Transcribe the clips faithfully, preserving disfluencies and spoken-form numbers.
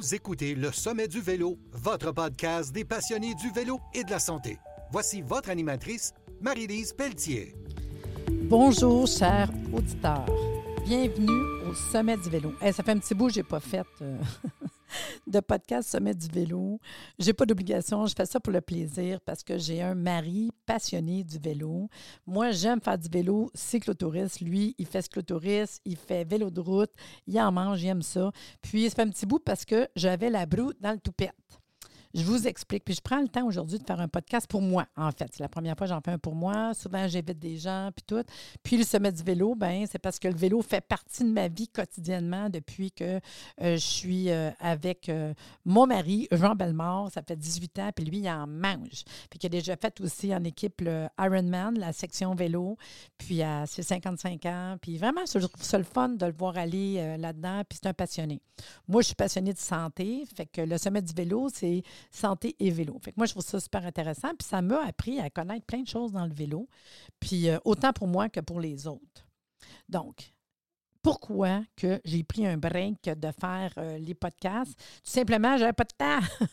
Vous écoutez Le Sommet du vélo, votre podcast des passionnés du vélo et de la santé. Voici votre animatrice, Marie-Lise Pelletier. Bonjour, chers auditeurs. Bienvenue au Sommet du vélo. Hey, ça fait un petit bout que je n'ai pas fait euh, de podcast Sommet du vélo. Je n'ai pas d'obligation, je fais ça pour le plaisir parce que j'ai un mari passionné du vélo. Moi, j'aime faire du vélo cyclotouriste. Lui, il fait cyclotouriste, il fait vélo de route, il en mange, il aime ça. Puis, ça fait un petit bout parce que j'avais la broue dans le toupette. Je vous explique. Puis je prends le temps aujourd'hui de faire un podcast pour moi, en fait. C'est la première fois que j'en fais un pour moi. Souvent, j'invite des gens, puis tout. Puis le sommet du vélo, bien, c'est parce que le vélo fait partie de ma vie quotidiennement depuis que euh, je suis euh, avec euh, mon mari, Jean Bellemare. Ça fait dix-huit ans, puis lui, il en mange. Puis il a déjà fait aussi en équipe le Ironman, la section vélo. Puis à ses cinquante-cinq ans. Puis vraiment, je trouve ça le fun de le voir aller euh, là-dedans. Puis c'est un passionné. Moi, je suis passionnée de santé. Fait que le sommet du vélo, c'est santé et vélo. Fait que moi, je trouve ça super intéressant. Puis ça m'a appris à connaître plein de choses dans le vélo. Puis euh, autant pour moi que pour les autres. Donc, pourquoi que j'ai pris un break de faire euh, les podcasts? Tout simplement, j'avais pas de temps.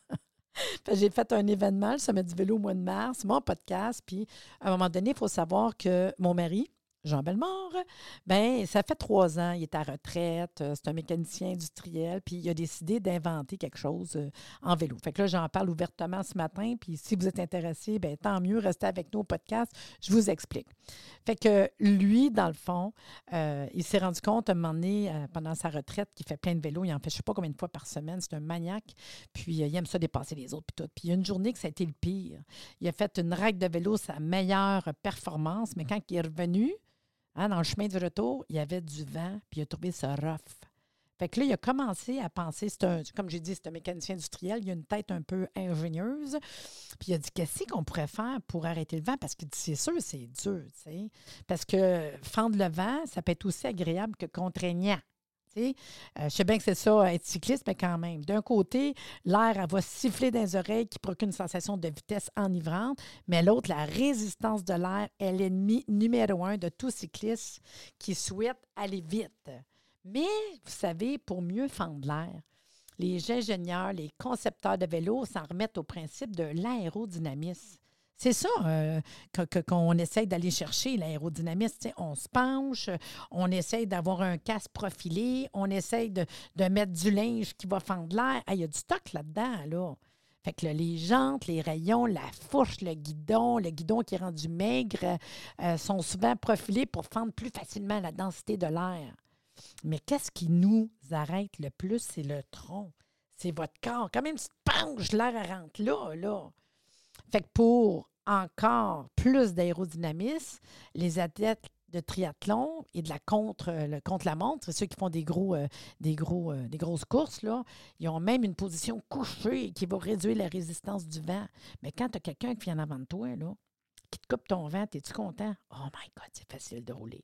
J'ai fait un événement, le Sommet du vélo au mois de mars, mon podcast. Puis à un moment donné, il faut savoir que mon mari, Jean Bellemare, bien, ça fait trois ans, il est à retraite, c'est un mécanicien industriel, puis il a décidé d'inventer quelque chose en vélo. Fait que là, j'en parle ouvertement ce matin, puis si vous êtes intéressé, bien, tant mieux, restez avec nous au podcast, je vous explique. Fait que lui, dans le fond, euh, il s'est rendu compte à un moment donné, euh, pendant sa retraite, qu'il fait plein de vélos, il en fait je ne sais pas combien de fois par semaine, c'est un maniaque, puis euh, il aime ça dépasser les autres, puis tout. Puis il y a une journée que ça a été le pire. Il a fait une règle de vélo, sa meilleure performance, mais quand il est revenu, Hein, dans le chemin du retour, il y avait du vent, puis il a trouvé ça rough. Fait que là, il a commencé à penser, c'est un, comme j'ai dit, c'est un mécanicien industriel, il a une tête un peu ingénieuse. Puis il a dit, qu'est-ce qu'on pourrait faire pour arrêter le vent? Parce que c'est sûr, c'est dur, tu sais. Parce que fendre le vent, ça peut être aussi agréable que contraignant. Euh, je sais bien que c'est ça, être cycliste, mais quand même. D'un côté, l'air, elle va siffler dans les oreilles qui procure une sensation de vitesse enivrante, mais l'autre, la résistance de l'air est l'ennemi numéro un de tout cycliste qui souhaite aller vite. Mais, vous savez, pour mieux fendre l'air, les ingénieurs, les concepteurs de vélos s'en remettent au principe de l'aérodynamisme. C'est ça euh, que, que, qu'on essaye d'aller chercher, l'aérodynamisme. On se penche, on essaye d'avoir un casque profilé, on essaye de, de mettre du linge qui va fendre l'air. Il y a du stock là-dedans, là. Fait que là, les jantes, les rayons, la fourche, le guidon, le guidon qui est rendu maigre, euh, sont souvent profilés pour fendre plus facilement la densité de l'air. Mais qu'est-ce qui nous arrête le plus? C'est le tronc. C'est votre corps. Quand même, tu te penches, l'air rentre là, là. Fait que pour encore plus d'aérodynamisme, les athlètes de triathlon et de la contre, le contre-la-montre, c'est ceux qui font des gros, euh, des gros, euh, des grosses courses, là, ils ont même une position couchée qui va réduire la résistance du vent. Mais quand tu as quelqu'un qui vient en avant de toi, là, qui te coupe ton vent, es-tu content? Oh my God, c'est facile de rouler.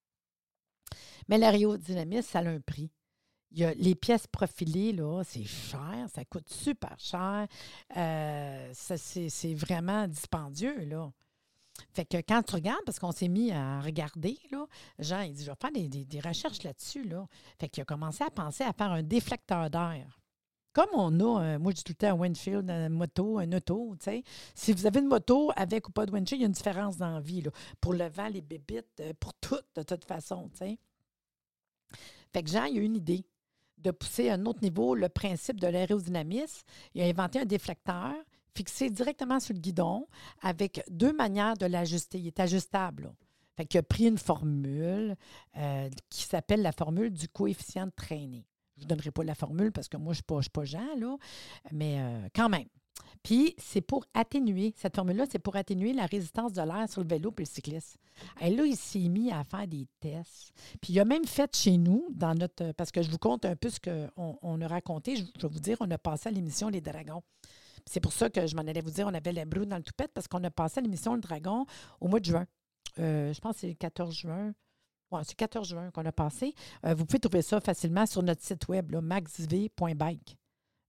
Mais l'aérodynamisme, ça a un prix. Il y a les pièces profilées, là, c'est cher, ça coûte super cher. Euh, ça, c'est, c'est vraiment dispendieux, là. Fait que quand tu regardes, parce qu'on s'est mis à regarder, là, Jean, il dit, je vais faire des, des, des recherches là-dessus, là. Fait qu'il a commencé à penser à faire un déflecteur d'air. Comme on a, euh, moi je dis tout le temps un windshield, une moto, un auto, tu sais. Si vous avez une moto avec ou pas de windshield, il y a une différence dans la vie, là. Pour le vent, les bébites, pour tout, de toute façon, tu sais. Fait que Jean, il a une idée de pousser à un autre niveau le principe de l'aérodynamisme. Il a inventé un déflecteur fixé directement sur le guidon avec deux manières de l'ajuster. Il est ajustable, là. Fait qu'il a pris une formule euh, qui s'appelle la formule du coefficient de traînée. Je ne vous donnerai pas la formule parce que moi, je ne suis, suis pas Jean, là, mais euh, quand même. Puis, c'est pour atténuer, cette formule-là, c'est pour atténuer la résistance de l'air sur le vélo et le cycliste. Et là, il s'est mis à faire des tests. Puis, il a même fait chez nous, dans notre, parce que je vous compte un peu ce qu'on on a raconté. Je, je vais vous dire, on a passé à l'émission Les Dragons. Puis c'est pour ça que je m'en allais vous dire, on avait la broue dans le toupette parce qu'on a passé à l'émission Le Dragon au mois de juin. Euh, je pense que c'est le quatorze juin. Oui, c'est le quatorze juin qu'on a passé. Euh, vous pouvez trouver ça facilement sur notre site web, là, maxv point bike.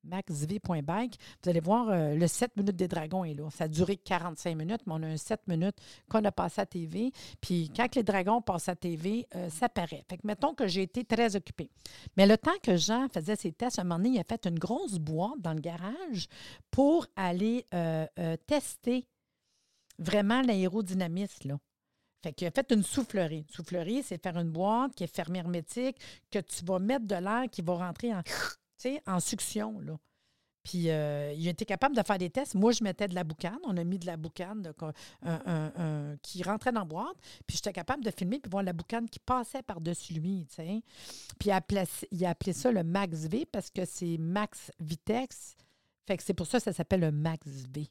max v point bike. Vous allez voir, euh, le sept minutes des dragons est là. Ça a duré quarante-cinq minutes, mais on a un sept minutes qu'on a passé à T V. Puis quand les dragons passent à T V, euh, ça paraît. Fait que mettons que j'ai été très occupée. Mais le temps que Jean faisait ses tests, à un moment donné, il a fait une grosse boîte dans le garage pour aller euh, euh, tester vraiment l'aérodynamisme, là. Fait qu'il a fait une soufflerie. Une soufflerie, c'est faire une boîte qui est fermée hermétique, que tu vas mettre de l'air qui va rentrer en, tu sais, en succion, là. Puis, euh, il a été capable de faire des tests. Moi, je mettais de la boucane. On a mis de la boucane de, un, un, un, qui rentrait dans la boîte. Puis, j'étais capable de filmer puis voir la boucane qui passait par-dessus lui, tu sais. Puis, il a, appelé, il a appelé ça le Max V parce que c'est Max Vitex. Fait que c'est pour ça que ça s'appelle le Max V.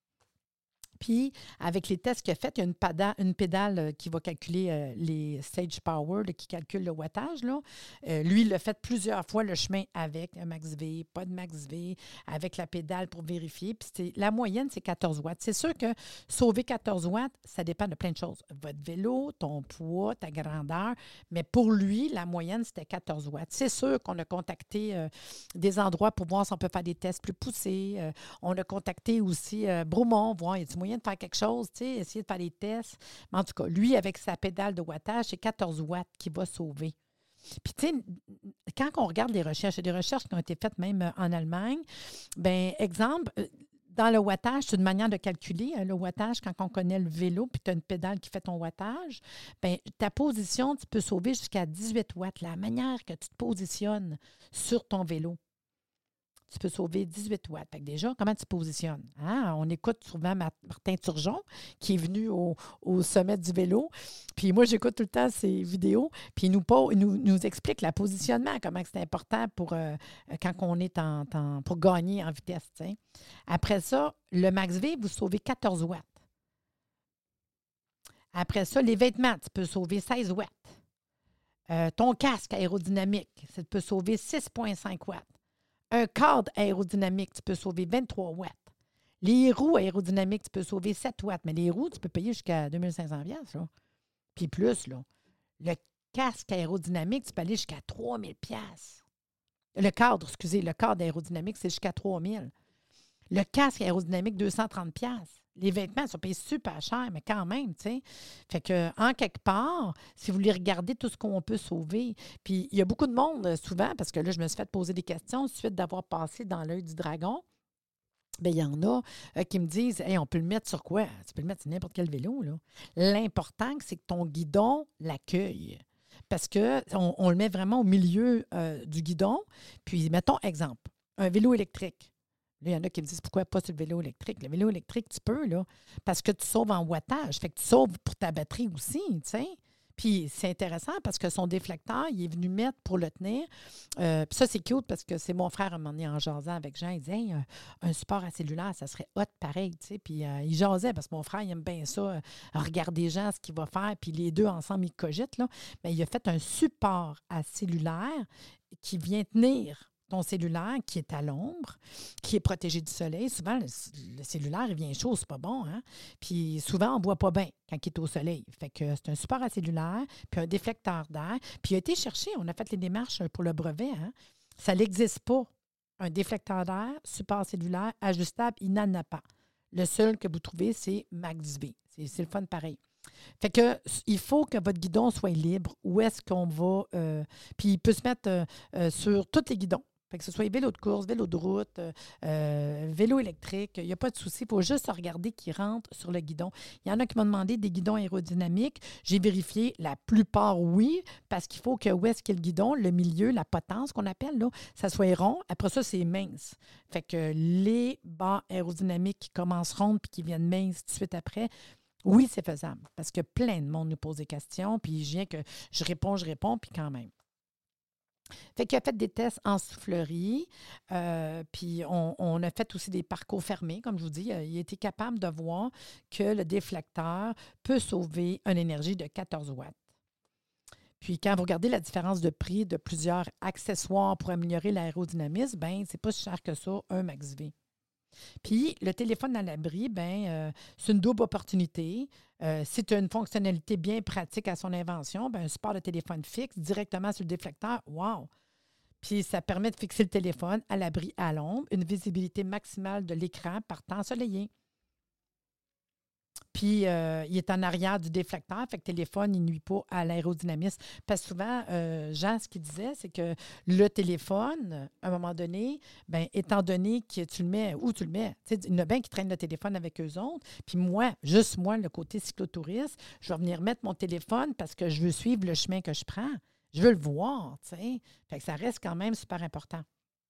Puis, avec les tests qu'il a fait, il y a une, pada- une pédale qui va calculer euh, les Stage Power, là, qui calcule le wattage. Là. Euh, lui, il a fait plusieurs fois le chemin avec un Max V, pas de Max V, avec la pédale pour vérifier. Puis, c'est, la moyenne, c'est quatorze watts. C'est sûr que sauver quatorze watts, ça dépend de plein de choses. Votre vélo, ton poids, ta grandeur. Mais pour lui, la moyenne, c'était quatorze watts. C'est sûr qu'on a contacté euh, des endroits pour voir si on peut faire des tests plus poussés. Euh, on a contacté aussi euh, Bromont, voir, il y a du moyen de faire quelque chose, tu sais, essayer de faire des tests. Mais en tout cas, lui, avec sa pédale de wattage, c'est quatorze watts qui va sauver. Puis, tu sais, quand on regarde les recherches, il y a des recherches qui ont été faites même en Allemagne. Bien, exemple, dans le wattage, c'est une manière de calculer hein, le wattage quand on connaît le vélo puis tu as une pédale qui fait ton wattage. Bien, ta position, tu peux sauver jusqu'à dix-huit watts. La manière que tu te positionnes sur ton vélo. Tu peux sauver dix-huit watts. Fait que déjà, comment tu te positionnes? Hein? On écoute souvent Martin Turgeon, qui est venu au, au sommet du vélo. Puis moi, j'écoute tout le temps ses vidéos. Puis il nous, il nous, nous explique le positionnement, comment c'est important pour euh, quand on est en, en pour gagner en vitesse. T'sais. Après ça, le Max V, vous sauvez quatorze watts. Après ça, les vêtements, tu peux sauver seize watts. Euh, ton casque aérodynamique, ça peut sauver six virgule cinq watts. Un cadre aérodynamique, tu peux sauver vingt-trois watts. Les roues aérodynamiques, tu peux sauver sept watts. Mais les roues, tu peux payer jusqu'à deux mille cinq cents dollars, là. Puis plus, là. Le casque aérodynamique, tu peux aller jusqu'à trois mille dollars. Le cadre, excusez, le cadre aérodynamique, c'est jusqu'à trois mille. Le casque aérodynamique, deux cent trente dollars. Les vêtements, ça paye super cher, mais quand même, tu sais. Fait que, en quelque part, si vous voulez regarder tout ce qu'on peut sauver, puis il y a beaucoup de monde, souvent, parce que là, je me suis fait poser des questions suite d'avoir passé dans l'œil du dragon. Bien, il y en a euh, qui me disent, hey, on peut le mettre sur quoi? Tu peux le mettre sur n'importe quel vélo, là. L'important, c'est que ton guidon l'accueille. Parce qu'on on le met vraiment au milieu euh, du guidon. Puis, mettons, exemple, un vélo électrique. Là, il y en a qui me disent pourquoi pas sur le vélo électrique. Le vélo électrique, tu peux, là, parce que tu sauves en wattage. Fait que tu sauves pour ta batterie aussi, tu sais. Puis c'est intéressant parce que son déflecteur, il est venu mettre pour le tenir. Euh, puis ça, c'est cute parce que c'est mon frère, à un moment donné, en jasant avec Jean, il disait hey, un, un support à cellulaire, ça serait hot pareil, tu sais. Puis euh, il jasait parce que mon frère, il aime bien ça, euh, regarder Jean, ce qu'il va faire. Puis les deux ensemble, ils cogitent, là. Mais il a fait un support à cellulaire qui vient tenir ton cellulaire qui est à l'ombre, qui est protégé du soleil. Souvent, le, le cellulaire, il vient chaud, c'est pas bon, hein? Puis souvent, on ne voit pas bien quand il est au soleil. Fait que c'est un support à cellulaire, puis un déflecteur d'air. Puis il a été cherché, on a fait les démarches pour le brevet, hein? Ça n'existe pas. Un déflecteur d'air, support cellulaire, ajustable, il n'en a pas. Le seul que vous trouvez, c'est Max V. C'est, c'est le fun pareil. Fait que il faut que votre guidon soit libre. Où est-ce qu'on va... Euh, puis il peut se mettre euh, euh, sur tous les guidons. Fait que ce soit vélo de course, vélo de route, euh, vélo électrique, il n'y a pas de souci. Il faut juste regarder qui rentre sur le guidon. Il y en a qui m'ont demandé des guidons aérodynamiques. J'ai vérifié la plupart, oui, parce qu'il faut que où est-ce qu'il y a le guidon, le milieu, la potence qu'on appelle, là, ça soit rond. Après ça, c'est mince. Fait que les barres aérodynamiques qui commencent rondes puis qui viennent minces tout de suite après, oui, c'est faisable. Parce que plein de monde nous pose des questions, puis je viens que je réponds, je réponds, puis quand même. Fait qu'il a fait des tests en soufflerie, euh, puis on, on a fait aussi des parcours fermés, comme je vous dis. Il a été capable de voir que le déflecteur peut sauver une énergie de quatorze watts. Puis quand vous regardez la différence de prix de plusieurs accessoires pour améliorer l'aérodynamisme, bien, c'est pas si cher que ça, un Max V. Puis, le téléphone à l'abri, bien, euh, c'est une double opportunité. Euh, si tu as une fonctionnalité bien pratique à son invention, bien, un support de téléphone fixe directement sur le déflecteur, wow! Puis ça permet de fixer le téléphone à l'abri à l'ombre, une visibilité maximale de l'écran par temps ensoleillé. Puis, euh, il est en arrière du déflecteur, fait que le téléphone, il ne nuit pas à l'aérodynamisme. Parce que souvent, euh, Jean, ce qu'il disait, c'est que le téléphone, à un moment donné, bien, étant donné que tu le mets où tu le mets, tu sais, il y en a bien qui traînent le téléphone avec eux autres. Puis moi, juste moi, le côté cyclotouriste, je vais venir mettre mon téléphone parce que je veux suivre le chemin que je prends. Je veux le voir, tu sais. Fait que ça reste quand même super important.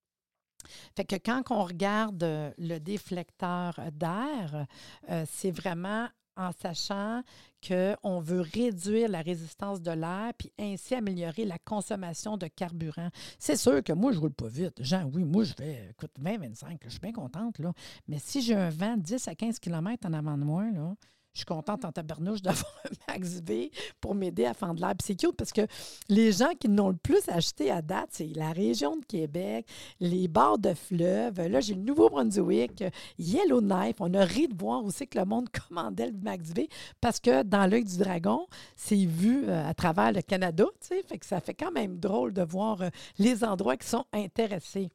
Fait que quand on regarde le déflecteur d'air, euh, c'est vraiment en sachant qu'on veut réduire la résistance de l'air puis ainsi améliorer la consommation de carburant. C'est sûr que moi, je ne roule pas vite. Jean, oui, moi, je fais, écoute, vingt à vingt-cinq, je suis bien contente, là. Mais si j'ai un vent de dix à quinze kilomètres en avant de moi, là, je suis contente en tabarnouche d'avoir un Max V pour m'aider à fendre l'air. Puis c'est cute parce que les gens qui n'ont le plus acheté à date, c'est la région de Québec, les bords de fleuve. Là, j'ai le Nouveau-Brunswick, Yellowknife. On a ri de voir aussi que le monde commandait le Max V parce que dans l'œil du dragon, c'est vu à travers le Canada, tu sais. Fait que ça fait quand même drôle de voir les endroits qui sont intéressés.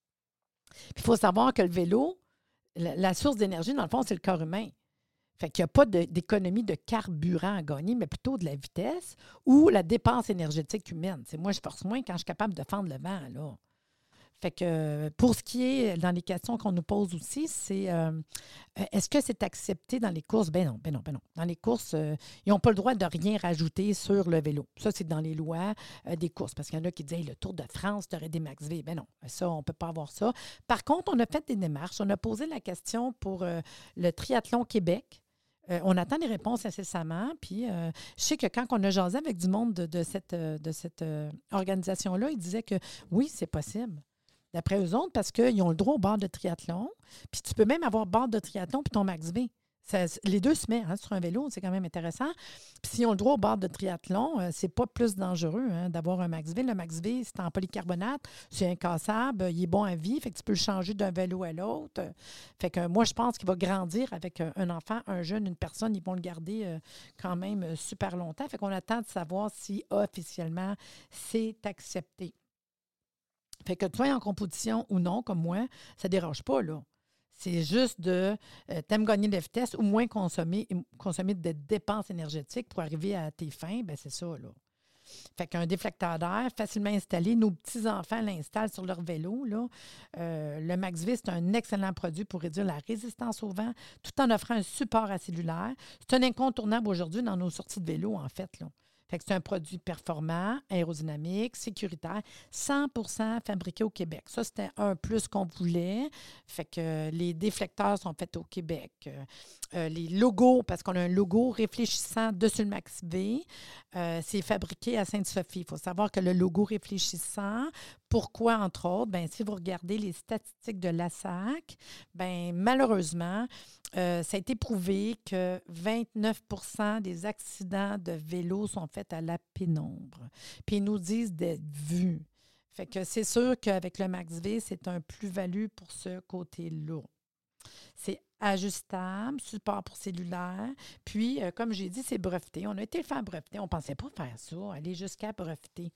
Puis il faut savoir que le vélo, la, la source d'énergie, dans le fond, c'est le corps humain. Fait qu'il n'y a pas de, d'économie de carburant à gagner, mais plutôt de la vitesse ou la dépense énergétique humaine. C'est moi, je force moins quand je suis capable de fendre le vent, là. Fait que pour ce qui est dans les questions qu'on nous pose aussi, c'est euh, est-ce que c'est accepté dans les courses? Ben non, ben non, ben non. Dans les courses, euh, ils n'ont pas le droit de rien rajouter sur le vélo. Ça, c'est dans les lois euh, des courses. Parce qu'il y en a qui disent hey, le Tour de France, tu aurais des Max V. Ben non, ça, on ne peut pas avoir ça. Par contre, on a fait des démarches. On a posé la question pour euh, le Triathlon Québec. Euh, on attend des réponses incessamment. Puis, euh, je sais que quand on a jasé avec du monde de, de cette, de cette euh, organisation-là, ils disaient que oui, c'est possible. D'après eux autres, parce qu'ils ont le droit au bar de triathlon. Puis tu peux même avoir bar de triathlon puis ton Max V. Ça, les deux se mettent hein, sur un vélo, c'est quand même intéressant. Puis s'ils ont le droit au bar de triathlon, euh, c'est pas plus dangereux hein, d'avoir un Max V. Le Max V, c'est en polycarbonate, c'est incassable, il est bon à vie, fait que tu peux le changer d'un vélo à l'autre. Fait que moi, je pense qu'il va grandir avec un enfant, un jeune, une personne, ils vont le garder euh, quand même euh, super longtemps. Fait qu'on attend de savoir si officiellement c'est accepté. Fait que tu sois en compétition ou non, comme moi, ça ne dérange pas, là. C'est juste de euh, t'aimes gagner de vitesse ou moins consommer, consommer de dépenses énergétiques pour arriver à tes fins, bien, c'est ça, là. Fait qu'un déflecteur d'air facilement installé, nos petits-enfants l'installent sur leur vélo, là. Euh, le Max V, c'est un excellent produit pour réduire la résistance au vent tout en offrant un support à cellulaire. C'est un incontournable aujourd'hui dans nos sorties de vélo, en fait, là. Fait que c'est un produit performant, aérodynamique, sécuritaire, cent pour cent fabriqué au Québec. Ça, c'était un plus qu'on voulait. Fait que euh, les déflecteurs sont faits au Québec. Euh, euh, les logos, parce qu'on a un logo réfléchissant dessus le Max V, euh, c'est fabriqué à Sainte-Sophie. Il faut savoir que le logo réfléchissant, pourquoi, entre autres? Bien, si vous regardez les statistiques de l'A S A C, bien, malheureusement, euh, ça a été prouvé que vingt-neuf pour cent des accidents de vélo sont faits à la pénombre. Puis ils nous disent d'être vus. Fait que c'est sûr qu'avec le Max V, c'est un plus-value pour ce côté-là. C'est ajustable, support pour cellulaire. Puis, euh, comme j'ai dit, c'est breveté. On a été le faire breveter. On ne pensait pas faire ça, aller jusqu'à breveter.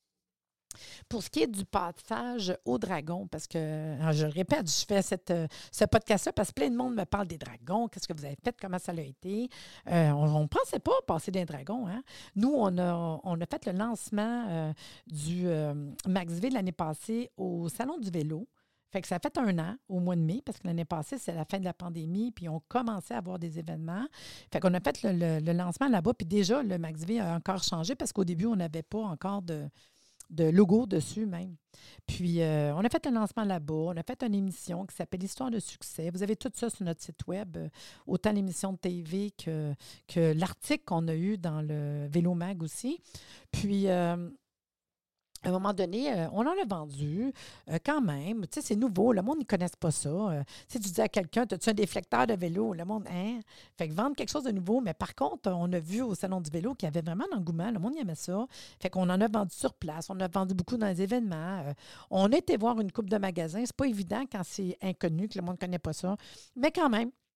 Pour ce qui est du passage au dragon, parce que, je le répète, je fais cette, ce podcast-là parce que plein de monde me parle des dragons. Qu'est-ce que vous avez fait? Comment ça a été? Euh, on ne pensait pas passer des dragons. Hein? Nous, on a, on a fait le lancement euh, du euh, Max V l'année passée au Salon du vélo. Fait que ça a fait un an, au mois de mai, parce que l'année passée, c'est la fin de la pandémie, puis on commençait à avoir des événements. Fait qu'on a fait le, le, le lancement là-bas, puis déjà, le Max V a encore changé parce qu'au début, on n'avait pas encore de... de logo dessus même. Puis, euh, on a fait un lancement là-bas. On a fait une émission qui s'appelle Histoire de succès. Vous avez tout ça sur notre site web, euh, autant l'émission de T V que, que l'article qu'on a eu dans le Vélo Mag aussi. Puis, euh, à un moment donné, euh, on en a vendu euh, quand même. Tu sais, c'est nouveau. Le monde ne connaisse pas ça. Euh, si tu dis à quelqu'un, as-tu un déflecteur de vélo? Le monde, hein? Fait que vendre quelque chose de nouveau. Mais par contre, on a vu au Salon du vélo qu'il y avait vraiment un engouement. Le monde y aimait ça. Fait qu'on en a vendu sur place. On a vendu beaucoup dans les événements. Euh, on a été voir une couple de magasins. C'est pas évident quand c'est inconnu, que le monde ne connaît pas ça. Mais quand même,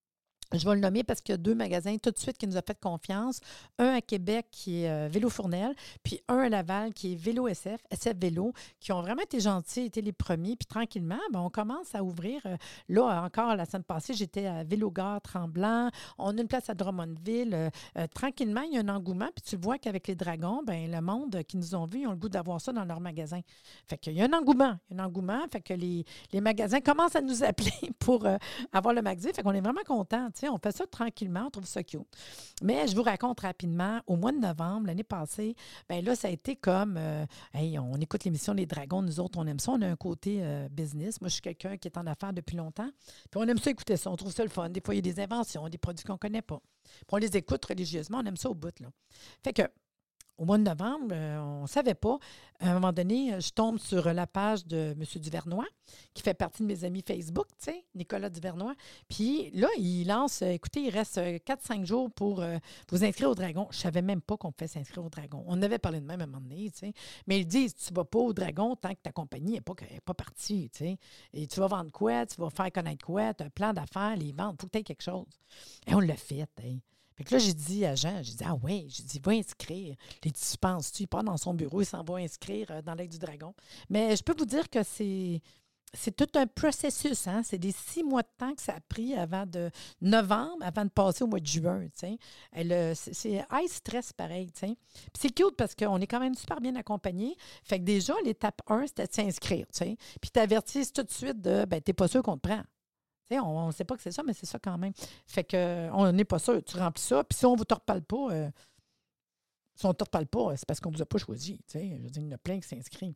Je vais le nommer parce qu'il y a deux magasins tout de suite qui nous ont fait confiance. Un à Québec qui est euh, Vélo Fournel, puis un à Laval qui est Vélo S F, S F Vélo, qui ont vraiment été gentils, été les premiers. Puis tranquillement, ben, on commence à ouvrir. Euh, là, encore la semaine passée, j'étais à Vélo-Gare Tremblant. On a une place à Drummondville. Euh, euh, tranquillement, il y a un engouement. Puis tu vois qu'avec les dragons, ben, le monde qui nous ont vus, ils ont le goût d'avoir ça dans leur magasin. Fait qu'il y a un engouement. Il y a un engouement. Fait que les, les magasins commencent à nous appeler pour euh, avoir le magasin. Fait qu'on est vraiment contents. On fait ça tranquillement, on trouve ça cute. Mais je vous raconte rapidement, au mois de novembre, l'année passée, bien là, ça a été comme, euh, hey, on écoute l'émission Les Dragons, nous autres, on aime ça, on a un côté euh, business. Moi, je suis quelqu'un qui est en affaires depuis longtemps, puis on aime ça écouter ça, on trouve ça le fun. Des fois, il y a des inventions, des produits qu'on ne connaît pas. Puis on les écoute religieusement, on aime ça au bout, là. Fait que, au mois de novembre, euh, on ne savait pas. À un moment donné, je tombe sur la page de M. Duvernois, qui fait partie de mes amis Facebook, tu sais, Nicolas Duvernois. Puis là, il lance, euh, écoutez, il reste quatre cinq jours pour euh, vous inscrire au Dragon. Je ne savais même pas qu'on pouvait s'inscrire au Dragon. On avait parlé de même à un moment donné, tu sais. Mais ils disent, tu ne vas pas au Dragon tant que ta compagnie n'est pas, pas partie, tu sais. Et tu vas vendre quoi? Tu vas faire connaître quoi? Tu as un plan d'affaires, les ventes, il faut que tu aies quelque chose. Et on l'a fait, hein. Fait que là, j'ai dit à Jean, j'ai dit, ah ouais, j'ai dit, va inscrire. Les tu penses-tu, il part dans son bureau, il s'en va inscrire dans l'Œil du Dragon. Mais je peux vous dire que c'est, c'est tout un processus, hein? C'est des six mois de temps que ça a pris avant de novembre, avant de passer au mois de juin, tu sais. Elle, c'est, c'est high stress pareil, tu sais. Puis c'est cute parce qu'on est quand même super bien accompagnés. Fait que déjà, l'étape un, c'était de s'inscrire, tu sais. Puis t'avertis tout de suite de, ben t'es pas sûr qu'on te prend. On ne sait pas que c'est ça, mais c'est ça quand même. Fait qu'on n'est pas sûr. Tu remplis ça. Puis si on ne te reparle pas, euh, si on ne te reparle pas, c'est parce qu'on ne vous a pas choisi. T'sais. Je veux dire, il y en a plein qui s'inscrivent.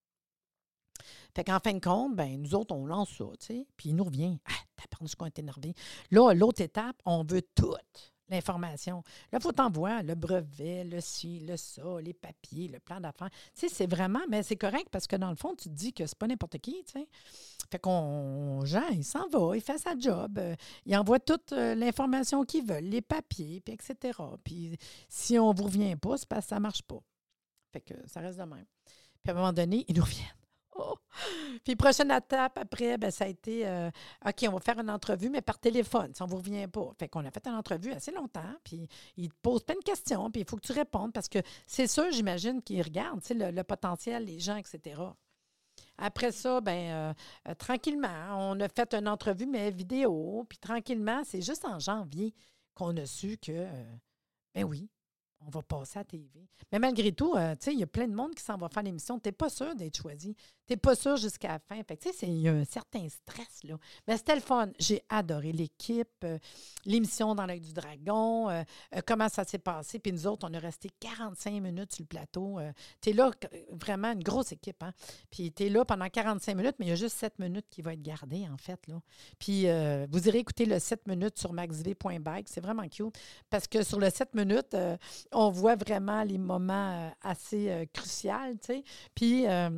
Fait qu'en fin de compte, ben, nous autres, on lance ça, t'sais, puis il nous revient. Ah, t'as perdu qu'on est énervé. Là, l'autre étape, on veut toute l'information. Là, il faut t'envoyer le brevet, le ci, le ça, les papiers, le plan d'affaires. Tu sais, c'est vraiment, mais c'est correct parce que dans le fond, tu te dis que c'est pas n'importe qui, tu sais. Fait qu'on, Jean, il s'en va, il fait sa job, euh, il envoie toute euh, l'information qu'ils veulent, les papiers, puis et cetera. Puis si on ne vous revient pas, c'est parce que ça ne marche pas. Fait que ça reste de même. Puis à un moment donné, ils nous reviennent. Oh. Puis prochaine étape après, ben, ça a été euh, OK, on va faire une entrevue, mais par téléphone, si on ne vous revient pas. Fait qu'on a fait une entrevue assez longtemps, puis ils te posent plein de questions, puis il faut que tu répondes parce que c'est sûr, j'imagine, qu'ils regardent le, le potentiel, les gens, et cetera. Après ça, bien, euh, euh, tranquillement, on a fait une entrevue, mais vidéo, puis tranquillement, c'est juste en janvier qu'on a su que, euh, ben oui, on va passer à la T V. Mais malgré tout, euh, tu sais, il y a plein de monde qui s'en va faire l'émission. Tu n'es pas sûr d'être choisi. Tu n'es pas sûr jusqu'à la fin. Fait que, tu sais, il y a un certain stress, là. Mais c'était le fun. J'ai adoré l'équipe, euh, l'émission dans l'Œil du Dragon, euh, euh, comment ça s'est passé. Puis nous autres, on est resté quarante-cinq minutes sur le plateau. Euh, tu es là, vraiment une grosse équipe, hein. Puis tu es là pendant quarante-cinq minutes, mais il y a juste sept minutes qui vont être gardées, en fait, là. Puis euh, vous irez écouter le sept minutes sur maxv point bike. C'est vraiment cute. Parce que sur le sept minutes, euh, on voit vraiment les moments euh, assez euh, cruciaux, tu sais. Puis, euh,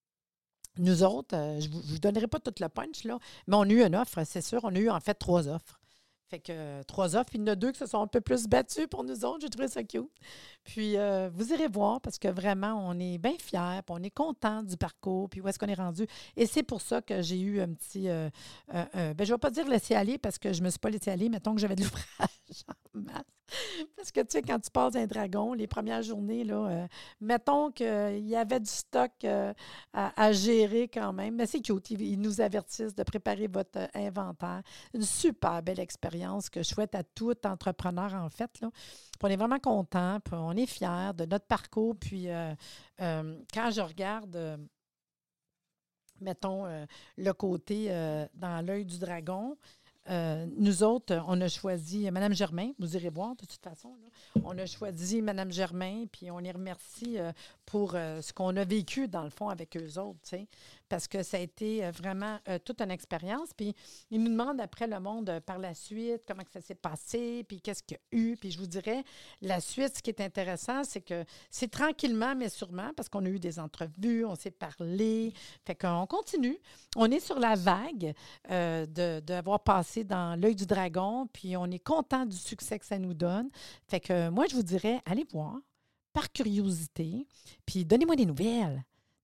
nous autres, euh, je ne vous, vous donnerai pas tout le punch, là, mais on a eu une offre, c'est sûr. On a eu, en fait, trois offres. Fait que euh, trois offres, puis il y en a deux qui se sont un peu plus battus pour nous autres. J'ai trouvé ça cute. Puis, euh, vous irez voir parce que vraiment, on est bien fiers, puis on est content du parcours, puis où est-ce qu'on est rendu. Et c'est pour ça que j'ai eu un petit... Euh, euh, euh, ben, je ne vais pas dire laisser aller parce que je ne me suis pas laissé aller. Mettons que j'avais de l'ouvrage en masse. Parce que, tu sais, quand tu passes un dragon, les premières journées, là, euh, mettons qu'il y avait du stock euh, à, à gérer quand même. Mais c'est cute. Ils, ils nous avertissent de préparer votre euh, inventaire. Une super belle expérience que je souhaite à tout entrepreneur, en fait, là. Puis on est vraiment contents, puis on est fiers de notre parcours. Puis euh, euh, quand je regarde, euh, mettons, euh, le côté euh, dans l'œil du dragon, Euh, nous autres, on a choisi Mme Germain. Vous irez voir, de toute façon. Là. On a choisi Mme Germain, puis on les remercie euh, pour euh, ce qu'on a vécu, dans le fond, avec eux autres, tu sais, parce que ça a été euh, vraiment euh, toute une expérience. Puis ils nous demandent après le monde euh, par la suite, comment que ça s'est passé, puis qu'est-ce qu'il y a eu. Puis je vous dirais, la suite, ce qui est intéressant, c'est que c'est tranquillement, mais sûrement, parce qu'on a eu des entrevues, on s'est parlé. Fait qu'on continue. On est sur la vague euh, de, d'avoir passé dans l'œil du dragon, puis on est content du succès que ça nous donne. Fait que moi, je vous dirais, allez voir, par curiosité, puis donnez-moi des nouvelles.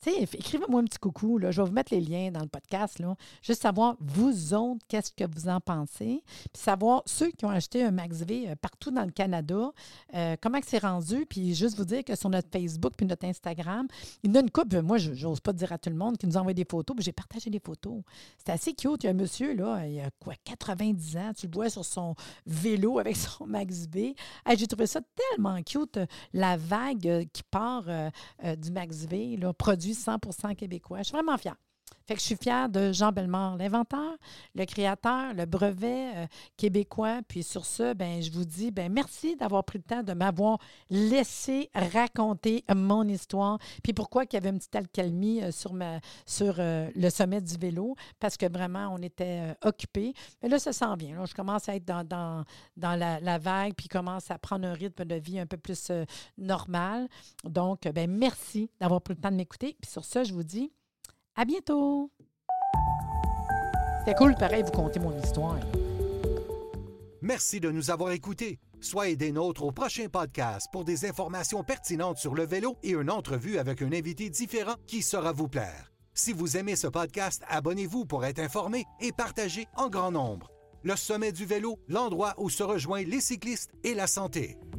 Tu sais, écrivez-moi un petit coucou. Là. Je vais vous mettre les liens dans le podcast. Là. Juste savoir, vous autres, qu'est-ce que vous en pensez. Puis savoir, ceux qui ont acheté un MaxV euh, partout dans le Canada, euh, comment que c'est rendu. Puis juste vous dire que sur notre Facebook puis notre Instagram, il y en a une couple, moi, je n'ose pas dire à tout le monde, qui nous envoie des photos. Puis j'ai partagé des photos. C'est assez cute. Il y a un monsieur, là, il a quoi, quatre-vingt-dix ans. Tu le vois sur son vélo avec son MaxV. Hey, j'ai trouvé ça tellement cute. La vague euh, qui part euh, euh, du MaxV, là, produit cent pour cent québécois. Je suis vraiment fière. Fait que je suis fière de Jean Bellemare, l'inventeur, le créateur, le brevet euh, québécois. Puis sur ce, ben, je vous dis ben, merci d'avoir pris le temps de m'avoir laissé raconter mon histoire. Puis pourquoi qu'il y avait une petite alcalmie euh, sur, ma, sur euh, le sommet du vélo, parce que vraiment, on était euh, occupés. Mais là, ça s'en vient. Là. Je commence à être dans, dans, dans la, la vague, puis commence à prendre un rythme de vie un peu plus euh, normal. Donc, ben, merci d'avoir pris le temps de m'écouter. Puis sur ce, je vous dis à bientôt! C'était cool, pareil, vous contez mon histoire. Merci de nous avoir écoutés. Soyez des nôtres au prochain podcast pour des informations pertinentes sur le vélo et une entrevue avec un invité différent qui saura vous plaire. Si vous aimez ce podcast, abonnez-vous pour être informé et partagez en grand nombre. Le Sommet du vélo, l'endroit où se rejoignent les cyclistes et la santé.